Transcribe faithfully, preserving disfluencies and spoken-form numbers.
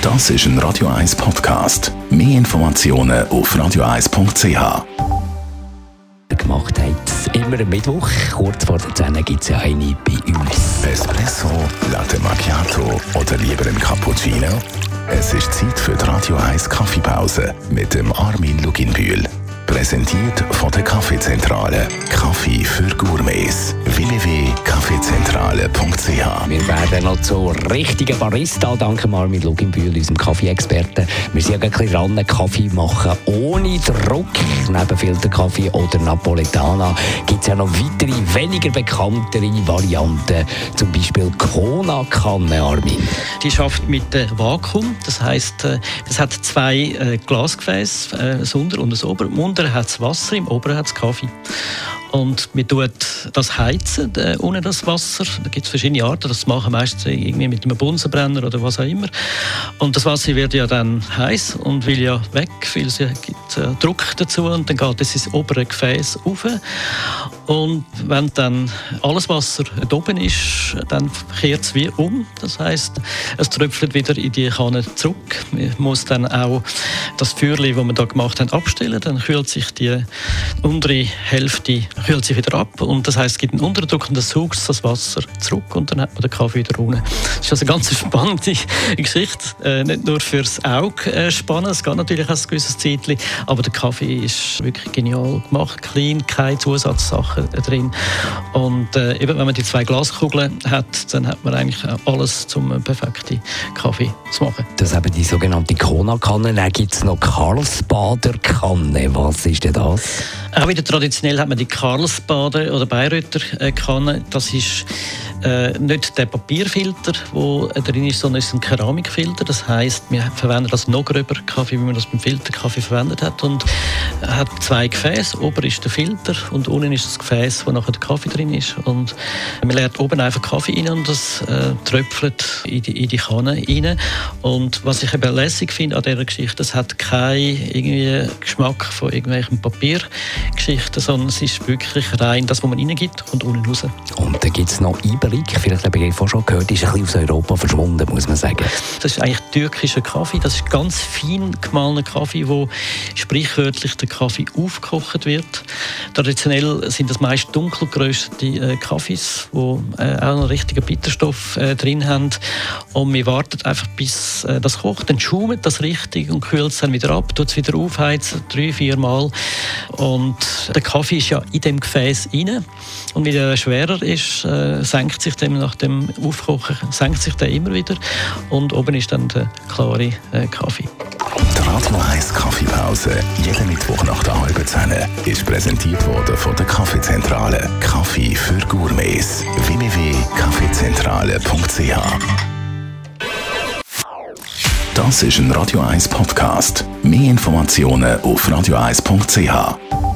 Das ist ein Radio eins Podcast. Mehr Informationen auf radio eins punkt c h. Gemacht hat. Immer am Mittwoch, kurz vor der zehn, gibt es ja eine bei uns. Espresso, Latte Macchiato oder lieber ein Cappuccino? Es ist Zeit für die Radio eins Kaffeepause mit dem Armin Luginbühl. Präsentiert von der Kaffeezentrale. Kaffee für Gourmets. w w w punkt kaffeezentrale punkt c h. Wir werden noch zu richtigen Barista, danke Armin Luginbühl, unserem Kaffee-Experten. Wir sind ja ein bisschen dran, Kaffee machen ohne Druck. Neben Filterkaffee oder Napoletana gibt es ja noch weitere, weniger bekanntere Varianten. Zum Beispiel Kona-Kanne, Armin. Die schafft mit äh, Vakuum. Das heisst, äh, es hat zwei äh, Glasgefäße, äh, das Unter- und das Ober. Im Unteren hat es Wasser, im Oberen hat es Kaffee. Und man tut das heizen, äh, ohne das Wasser. Da gibt es verschiedene Arten, das machen meistens irgendwie mit einem Bunsenbrenner oder was auch immer. Und das Wasser wird ja dann heiß und will ja weg, weil es gibt äh, Druck dazu und dann geht es ins obere Gefäß rauf. Und wenn dann alles Wasser da oben ist, dann kehrt es wie um. Das heisst, es tröpfelt wieder in die Kanne zurück. Man muss dann auch das Feuerchen, das wir da gemacht haben, abstellen. Dann kühlt sich die untere Hälfte kühlt sich wieder ab und das heisst, es gibt einen Unterdruck und dann saugt das Wasser zurück und dann hat man den Kaffee wieder unten. Das ist also eine ganz spannende Geschichte, äh, nicht nur fürs Auge äh, spannend, es geht natürlich auch ein gewisses Zeitchen, aber der Kaffee ist wirklich genial gemacht, clean, keine Zusatzsachen drin und äh, eben, wenn man die zwei Glaskugeln hat, dann hat man eigentlich alles, um einen perfekten Kaffee zu machen. Das ist eben die sogenannte Kona-Kanne, dann gibt es noch Karlsbader-Kanne, was ist denn das? Auch wieder traditionell hat man die Karlsbader oder Bayreuther äh, Kanne. Das ist äh, nicht der Papierfilter, der drin ist, sondern es ist ein Keramikfilter. Das heisst, wir verwenden das noch gröber Kaffee, wie man das beim Filterkaffee verwendet hat. Und hat zwei Gefäße. Oben ist der Filter und unten ist das Gefäß, wo nachher der Kaffee drin ist. Und man leert oben einfach Kaffee rein und das äh, tröpfelt in die, in die Kanne rein. Und was ich eben lässig finde an dieser Geschichte, es hat keinen irgendwie Geschmack von irgendwelchen Papiergeschichten, sondern es ist wirklich rein das, was man reingibt und unten raus. Und dann gibt es noch Iberik, vielleicht habe ich vorhin schon gehört, ist ein bisschen aus Europa verschwunden, muss man sagen. Das ist eigentlich türkischer Kaffee, das ist ganz fein gemahlener Kaffee, wo sprichwörtlich der Kaffee aufgekocht wird. Traditionell sind das meist dunkel geröstete äh, Kaffees, die äh, auch einen richtigen Bitterstoff äh, drin haben. Und man wartet einfach, bis äh, das kocht, dann schaumt das richtig und kühlt es dann wieder ab, tut es wieder aufheizen, drei, vier Mal. Und der Kaffee ist ja in dem Gefäß rein. Und weil er schwerer ist, äh, senkt sich dem nach dem Aufkochen senkt sich der immer wieder. Und oben ist dann der klare äh, Kaffee. Die Radio eins Kaffeepause, jeden Mittwoch nach der halben zehn, ist präsentiert worden von der Kaffeezentrale. Kaffee für Gourmets. w w w punkt kaffeezentrale punkt c h. Das ist ein Radio eins Podcast. Mehr Informationen auf radio eins punkt c h.